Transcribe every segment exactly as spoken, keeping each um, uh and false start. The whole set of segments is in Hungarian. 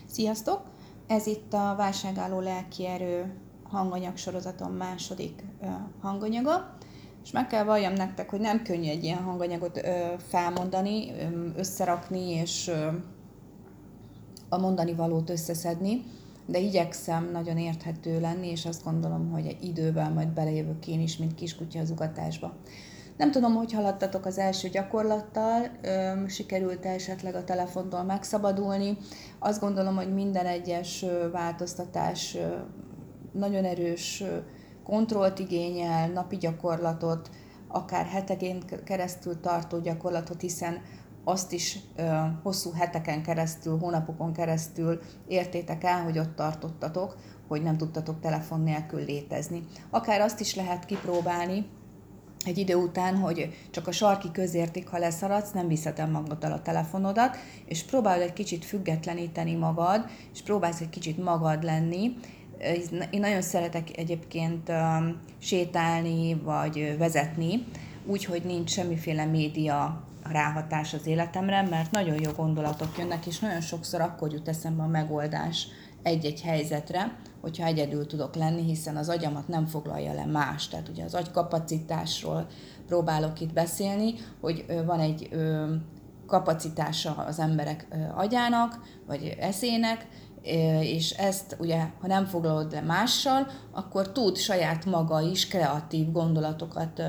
Sziasztok! Ez itt a Válságálló lelkierő hanganyag sorozatom második ö, hanganyaga, és meg kell valljam nektek, hogy nem könnyű egy ilyen hanganyagot ö, felmondani, ö, összerakni és ö, a mondani valót összeszedni, de igyekszem nagyon érthető lenni, és azt gondolom, hogy egy idővel majd belejövök én is, mint kiskutya az ugatásba. Nem tudom, hogy haladtatok az első gyakorlattal, sikerült esetleg a telefontól megszabadulni. Azt gondolom, hogy minden egyes változtatás nagyon erős kontrollt igényel, napi gyakorlatot, akár heteken keresztül tartó gyakorlatot, hiszen azt is hosszú heteken keresztül, hónapokon keresztül értétek el, hogy ott tartottatok, hogy nem tudtatok telefon nélkül létezni. Akár azt is lehet kipróbálni, egy idő után, hogy csak a sarki közértig, ha leszaladsz, nem viszed el magaddal a telefonodat, és próbálod egy kicsit függetleníteni magad, és próbálsz egy kicsit magad lenni. Én nagyon szeretek egyébként sétálni, vagy vezetni, úgyhogy nincs semmiféle média ráhatás az életemre, mert nagyon jó gondolatok jönnek, és nagyon sokszor akkor jut eszembe a megoldás egy-egy helyzetre, hogyha egyedül tudok lenni, hiszen az agyamat nem foglalja le más. Tehát ugye az agykapacitásról próbálok itt beszélni, hogy van egy kapacitása az emberek agyának, vagy eszének, és ezt ugye, ha nem foglalod le mással, akkor tud saját maga is kreatív gondolatokat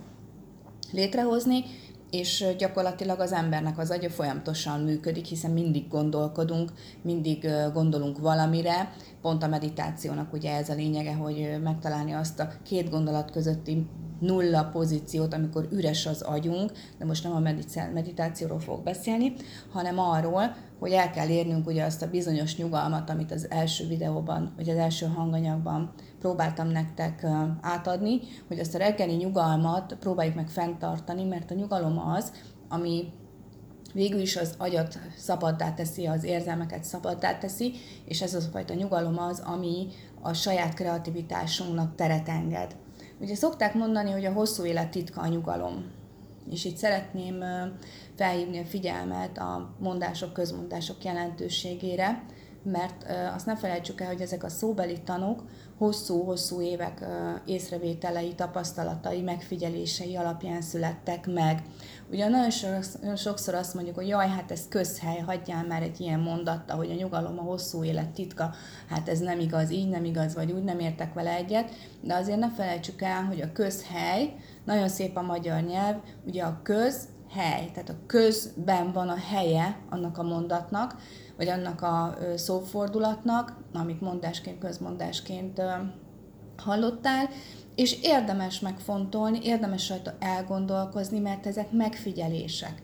létrehozni, és gyakorlatilag az embernek az agya folyamatosan működik, hiszen mindig gondolkodunk, mindig gondolunk valamire. Pont a meditációnak ugye ez a lényege, hogy megtalálni azt a két gondolat közötti nulla pozíciót, amikor üres az agyunk, de most nem a meditációról fogok beszélni, hanem arról, hogy el kell érnünk ugye azt a bizonyos nyugalmat, amit az első videóban, vagy az első hanganyagban próbáltam nektek átadni, hogy azt a reggeli nyugalmat próbáljuk meg fenntartani, mert a nyugalom az, ami végül is az agyat szabaddá teszi, az érzelmeket szabaddá teszi, és ez az a fajta nyugalom az, ami a saját kreativitásunknak teret enged. Ugye szokták mondani, hogy a hosszú élet titka a nyugalom. És itt szeretném felhívni a figyelmet a mondások, közmondások jelentőségére, mert azt ne felejtsük el, hogy ezek a szóbeli tanok hosszú-hosszú évek észrevételei, tapasztalatai, megfigyelései alapján születtek meg. Ugye nagyon sokszor azt mondjuk, hogy jaj, hát ez közhely, hagyjál már egy ilyen mondatta, hogy a nyugalom a hosszú élet titka, hát ez nem igaz, így nem igaz, vagy úgy nem értek vele egyet, de azért ne felejtsük el, hogy a közhely, nagyon szép a magyar nyelv, ugye a köz, hely, tehát a közben van a helye annak a mondatnak, vagy annak a szófordulatnak, amit mondásként, közmondásként hallottál, és érdemes megfontolni, érdemes rajta elgondolkozni, mert ezek megfigyelések.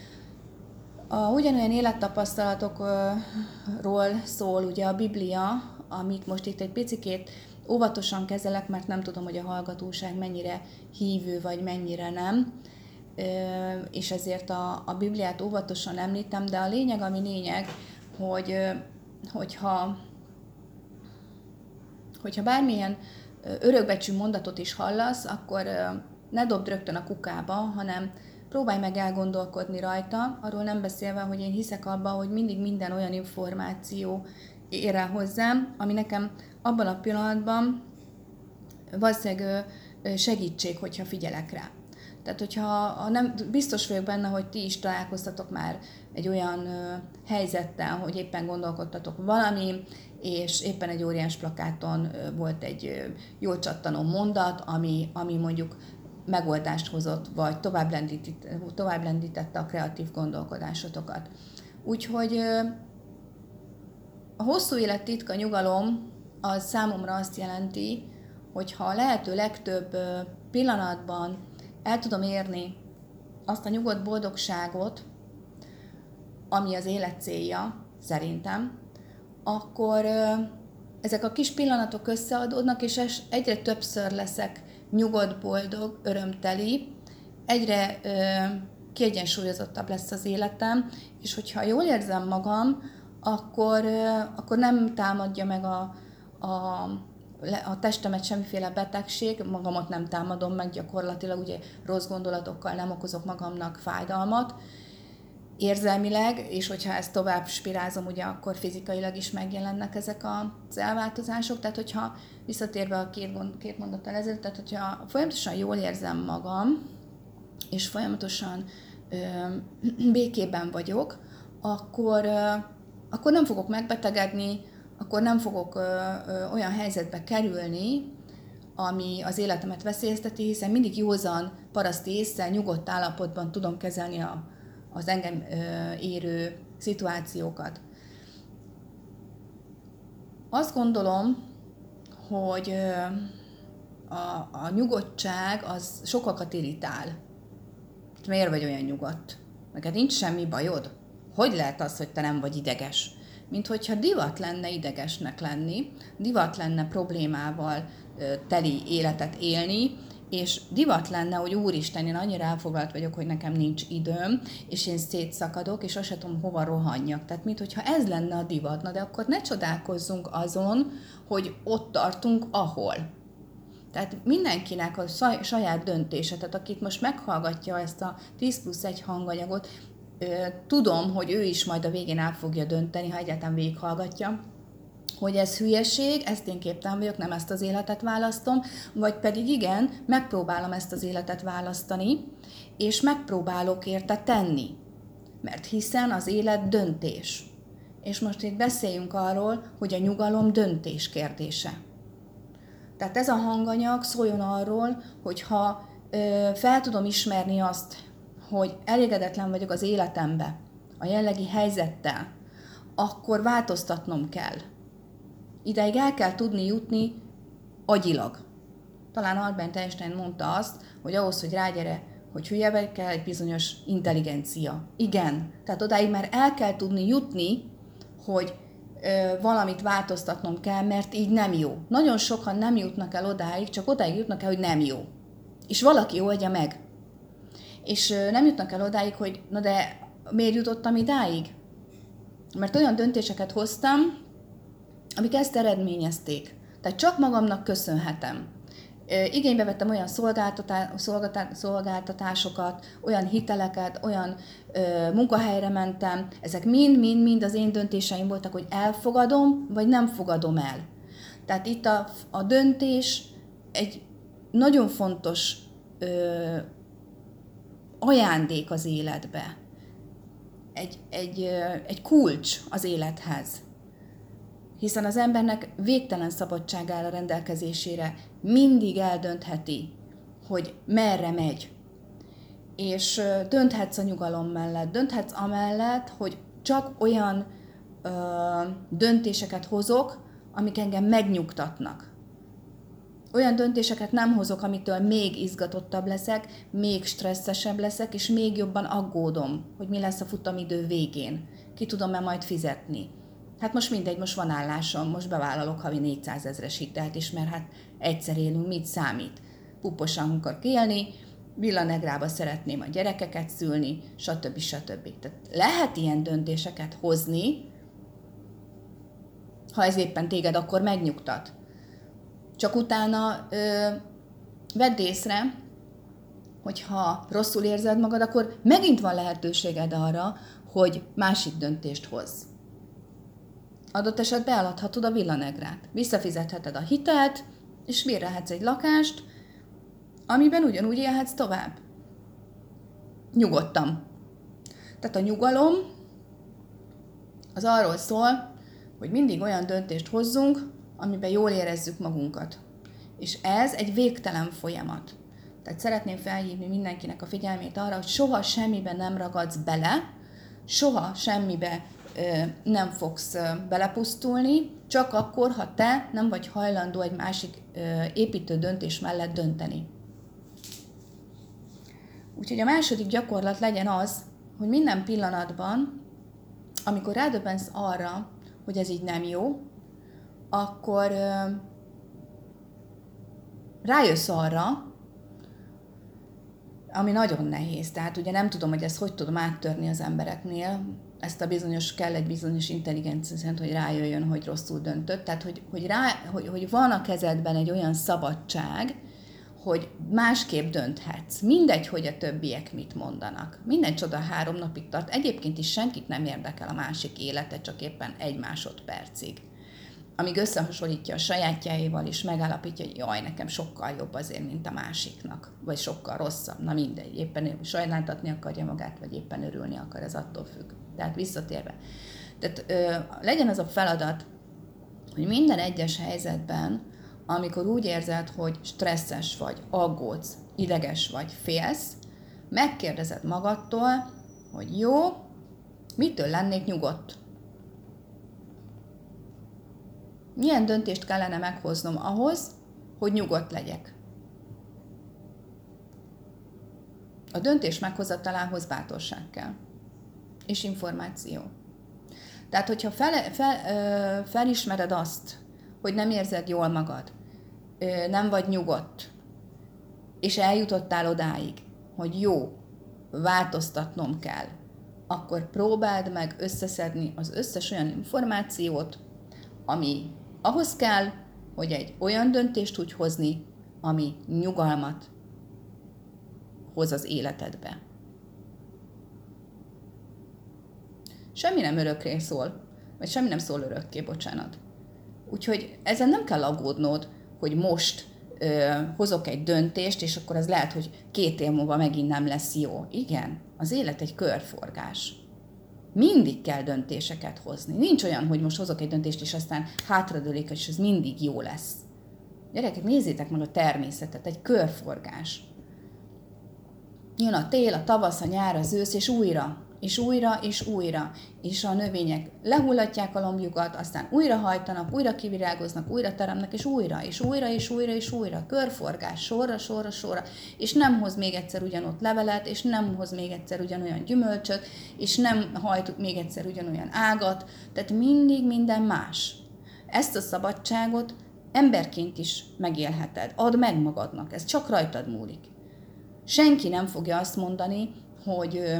A ugyanolyan élettapasztalatokról szól ugye a Biblia, amit most itt egy picikét óvatosan kezelek, mert nem tudom, hogy a hallgatóság mennyire hívő, vagy mennyire nem, és ezért a, a Bibliát óvatosan említem, de a lényeg, ami lényeg, hogy hogyha, hogyha bármilyen örökbecsű mondatot is hallasz, akkor ne dobd rögtön a kukába, hanem próbálj meg elgondolkodni rajta, arról nem beszélve, hogy én hiszek abba, hogy mindig minden olyan információ ér el hozzám, ami nekem abban a pillanatban valószínűleg segítség, hogyha figyelek rá. Tehát, hogyha ha nem, biztos vagyok benne, hogy ti is találkoztatok már egy olyan ö, helyzettel, hogy éppen gondolkodtatok valami, és éppen egy óriás plakáton ö, volt egy ö, jól csattanó mondat, ami, ami mondjuk megoldást hozott, vagy tovább, lendített, tovább lendítette a kreatív gondolkodásotokat. Úgyhogy ö, a hosszú élet titka nyugalom az számomra azt jelenti, hogy ha a lehető legtöbb ö, pillanatban el tudom érni azt a nyugodt boldogságot, ami az élet célja, szerintem, akkor ezek a kis pillanatok összeadódnak, és egyre többször leszek nyugodt, boldog, örömteli, egyre kiegyensúlyozottabb lesz az életem, és hogyha jól érzem magam, akkor, akkor nem támadja meg a, a a testemet semmiféle betegség, magamat nem támadom meg gyakorlatilag, ugye rossz gondolatokkal nem okozok magamnak fájdalmat, érzelmileg, és hogyha ezt tovább spirázom, ugye akkor fizikailag is megjelennek ezek az elváltozások. Tehát, hogyha visszatérve a két, gond, két mondattal ezelőtt, tehát, hogyha folyamatosan jól érzem magam, és folyamatosan ö, békében vagyok, akkor, ö, akkor nem fogok megbetegedni, akkor nem fogok ö, ö, olyan helyzetbe kerülni, ami az életemet veszélyezteti, hiszen mindig józan, paraszti ésszel, nyugodt állapotban tudom kezelni a, az engem ö, érő szituációkat. Azt gondolom, hogy ö, a, a nyugodtság az sokakat irritál. Miért vagy olyan nyugodt? Neked nincs semmi bajod? Hogy lehet az, hogy te nem vagy ideges? Mint hogyha divat lenne idegesnek lenni, divat lenne problémával ö, teli életet élni, és divat lenne, hogy úristen, én annyira elfoglalt vagyok, hogy nekem nincs időm, és én szétszakadok, és azt sem tudom, hova rohanjak. Tehát, mint hogyha ez lenne a divat, na de akkor ne csodálkozzunk azon, hogy ott tartunk, ahol. Tehát mindenkinek a saját döntése, tehát akit most meghallgatja ezt a tíz plusz egy hanganyagot, tudom, hogy ő is majd a végén el fogja dönteni, ha egyáltalán végighallgatja, hogy ez hülyeség, ezt én képtelen vagyok, nem ezt az életet választom, vagy pedig igen, megpróbálom ezt az életet választani, és megpróbálok érte tenni, mert hiszen az élet döntés. És most itt beszéljünk arról, hogy a nyugalom döntés kérdése. Tehát ez a hanganyag szóljon arról, hogy ha ö, fel tudom ismerni azt, hogy elégedetlen vagyok az életembe, a jelenlegi helyzettel, akkor változtatnom kell. Ideig el kell tudni jutni agyilag. Talán Albert Einstein mondta azt, hogy ahhoz, hogy rágyere, hogy hülye vagy, kell egy bizonyos intelligencia. Igen, tehát odáig már el kell tudni jutni, hogy ö, valamit változtatnom kell, mert így nem jó. Nagyon sokan nem jutnak el odáig, csak odáig jutnak el, hogy nem jó. És valaki oldja meg. És ö, nem jutnak el odáig, hogy na de miért jutottam idáig? Mert olyan döntéseket hoztam, amik ezt eredményezték. Tehát csak magamnak köszönhetem. Igénybe vettem olyan szolgáltatásokat, olyan hiteleket, olyan ö, munkahelyre mentem. Ezek mind-mind-mind az én döntéseim voltak, hogy elfogadom, vagy nem fogadom el. Tehát itt a, a döntés egy nagyon fontos ö, ajándék az életbe. Egy, egy, ö, egy kulcs az élethez. Hiszen az embernek végtelen szabadság áll a rendelkezésére, mindig eldöntheti, hogy merre megy. És dönthetsz a nyugalom mellett, dönthetsz amellett, hogy csak olyan ö, döntéseket hozok, amik engem megnyugtatnak. Olyan döntéseket nem hozok, amitől még izgatottabb leszek, még stresszesebb leszek, és még jobban aggódom, hogy mi lesz a futamidő végén. Ki tudom-e majd fizetni. Hát most mindegy, most van állásom, most bevállalok havi négyszázezres hitelt is, mert hát egyszer élünk, mit számít? Puposan akarok élni, Villanegrába szeretném a gyerekeket szülni, stb. stb. Tehát lehet ilyen döntéseket hozni, ha ez éppen téged akkor megnyugtat. Csak utána ö, vedd észre, hogyha rosszul érzed magad, akkor megint van lehetőséged arra, hogy másik döntést hozz. Adott esetben eladhatod a Villanegrát, visszafizetheted a hitelt, és bérelhetsz egy lakást, amiben ugyanúgy élhetsz tovább. Nyugodtan. Tehát a nyugalom az arról szól, hogy mindig olyan döntést hozzunk, amiben jól érezzük magunkat. És ez egy végtelen folyamat. Tehát szeretném felhívni mindenkinek a figyelmét arra, hogy soha semmiben nem ragadsz bele, soha semmibe nem fogsz belepusztulni, csak akkor, ha te nem vagy hajlandó egy másik építő döntés mellett dönteni. Úgyhogy a második gyakorlat legyen az, hogy minden pillanatban, amikor rádöbbensz arra, hogy ez így nem jó, akkor rájössz arra, ami nagyon nehéz. Tehát ugye nem tudom, hogy ezt hogy tudom áttörni az embereknél, ezt a bizonyos, kell egy bizonyos intelligencia szerint, hogy rájöjjön, hogy rosszul döntött. Tehát, hogy, hogy, rá, hogy, hogy van a kezedben egy olyan szabadság, hogy másképp dönthetsz. Mindegy, hogy a többiek mit mondanak. Minden csoda három napig tart. Egyébként is senkit nem érdekel a másik élete, csak éppen egy másodpercig. Amíg összehasonlítja a sajátjáival, és megállapítja, hogy jaj, nekem sokkal jobb azért, mint a másiknak, vagy sokkal rosszabb. Na mindegy, éppen sajnáltatni akarja magát, vagy éppen örülni akar, ez attól függ. Tehát visszatérve. Tehát ö, legyen az a feladat, hogy minden egyes helyzetben, amikor úgy érzed, hogy stresszes vagy, aggódsz, ideges vagy, félsz, megkérdezed magadtól, hogy jó, mitől lennék nyugodt? Milyen döntést kellene meghoznom ahhoz, hogy nyugodt legyek? A döntés meghozatalához bátorság kell. És információ. Tehát, hogyha fel, fel, ö, felismered azt, hogy nem érzed jól magad, ö, nem vagy nyugodt, és eljutottál odáig, hogy jó, változtatnom kell, akkor próbáld meg összeszedni az összes olyan információt, ami ahhoz kell, hogy egy olyan döntést tudj hozni, ami nyugalmat hoz az életedbe. Semmi nem örökké szól, vagy semmi nem szól örökké, bocsánat. Úgyhogy ezen nem kell aggódnod, hogy most ö, hozok egy döntést, és akkor az lehet, hogy két év múlva megint nem lesz jó. Igen, az élet egy körforgás. Mindig kell döntéseket hozni. Nincs olyan, hogy most hozok egy döntést, és aztán hátradőlik, és ez mindig jó lesz. Gyerekek, nézzétek meg a természetet, egy körforgás. Jön a tél, a tavasz, a nyár, az ősz, és újra, és újra, és újra. És a növények lehullatják a lombjukat, aztán újra hajtanak, újra kivirágoznak, újra teremnek, és újra, és újra, és újra, és újra. Körforgás, sorra, sorra, sorra. És nem hoz még egyszer ugyanott levelet, és nem hoz még egyszer ugyanolyan gyümölcsöt, és nem hajt még egyszer ugyanolyan ágat. Tehát mindig minden más. Ezt a szabadságot emberként is megélheted. Add meg magadnak, ez csak rajtad múlik. Senki nem fogja azt mondani, hogy ö,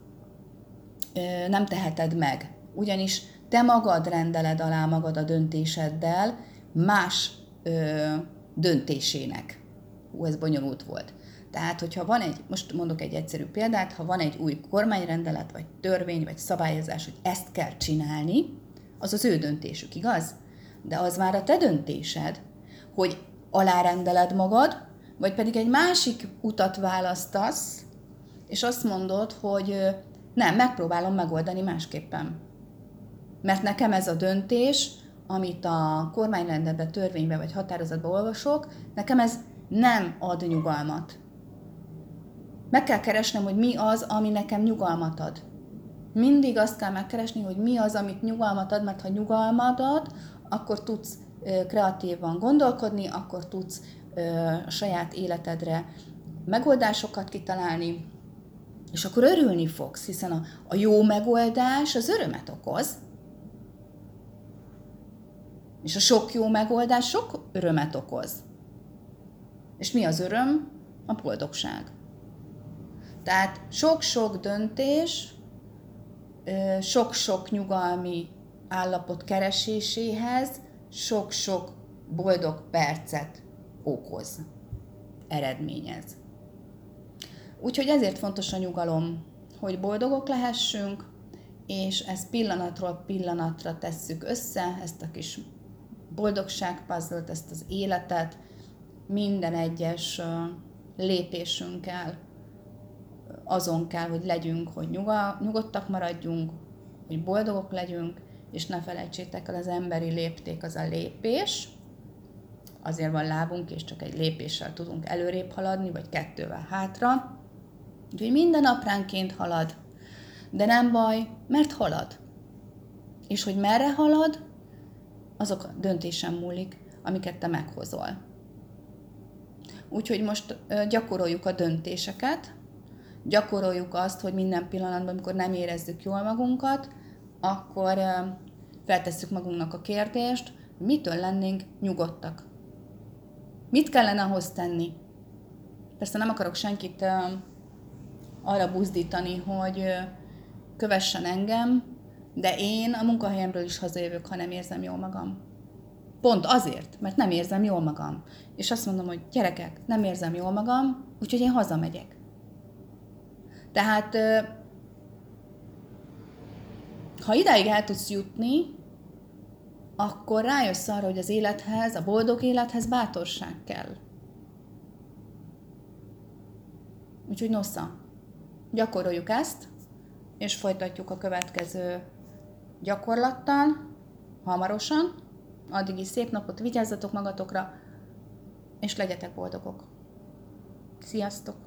ö, nem teheted meg. Ugyanis te magad rendeled alá magad a döntéseddel más ö, döntésének. Hú, ez bonyolult volt. Tehát, hogyha van egy, most mondok egy egyszerű példát, ha van egy új kormányrendelet, vagy törvény, vagy szabályozás, hogy ezt kell csinálni, az az ő döntésük, igaz? De az már a te döntésed, hogy alárendeled magad, vagy pedig egy másik utat választasz, és azt mondod, hogy nem, megpróbálom megoldani másképpen. Mert nekem ez a döntés, amit a kormányrendeletben, törvényben vagy határozatban olvasok, nekem ez nem ad nyugalmat. Meg kell keresnem, hogy mi az, ami nekem nyugalmat ad. Mindig azt kell megkeresni, hogy mi az, amit nyugalmat ad, mert ha nyugalmat ad, akkor tudsz kreatívan gondolkodni, akkor tudsz a saját életedre megoldásokat kitalálni, és akkor örülni fogsz, hiszen a, a jó megoldás az örömet okoz, és a sok jó megoldás sok örömet okoz. És mi az öröm? A boldogság. Tehát sok-sok döntés, sok-sok nyugalmi állapot kereséséhez sok-sok boldog percet okoz, eredményez. Úgyhogy ezért fontos a nyugalom, hogy boldogok lehessünk, és ezt pillanatról pillanatra tesszük össze, ezt a kis boldogságpuzzle-t, ezt az életet, minden egyes lépésünkkel azon kell, hogy legyünk, hogy nyugodtak maradjunk, hogy boldogok legyünk, és ne felejtsétek el, az emberi lépték az a lépés, azért van lábunk, és csak egy lépéssel tudunk előrébb haladni, vagy kettővel hátra. Úgyhogy minden apránként halad, de nem baj, mert halad. És hogy merre halad, azok a döntésen múlik, amiket te meghozol. Úgyhogy most gyakoroljuk a döntéseket, gyakoroljuk azt, hogy minden pillanatban, amikor nem érezzük jól magunkat, akkor feltesszük magunknak a kérdést, mitől lennénk nyugodtak. Mit kellene ahhoz tenni? Persze nem akarok senkit arra buzdítani, hogy kövessen engem, de én a munkahelyemről is hazajövök, ha nem érzem jól magam. Pont azért, mert nem érzem jól magam. És azt mondom, hogy gyerekek, nem érzem jól magam, úgyhogy én hazamegyek. Tehát, ha idáig el tudsz jutni, akkor rájössz arra, hogy az élethez, a boldog élethez bátorság kell. Úgyhogy nosza, gyakoroljuk ezt, és folytatjuk a következő gyakorlattal, hamarosan. Addig is szép napot, vigyázzatok magatokra, és legyetek boldogok. Sziasztok!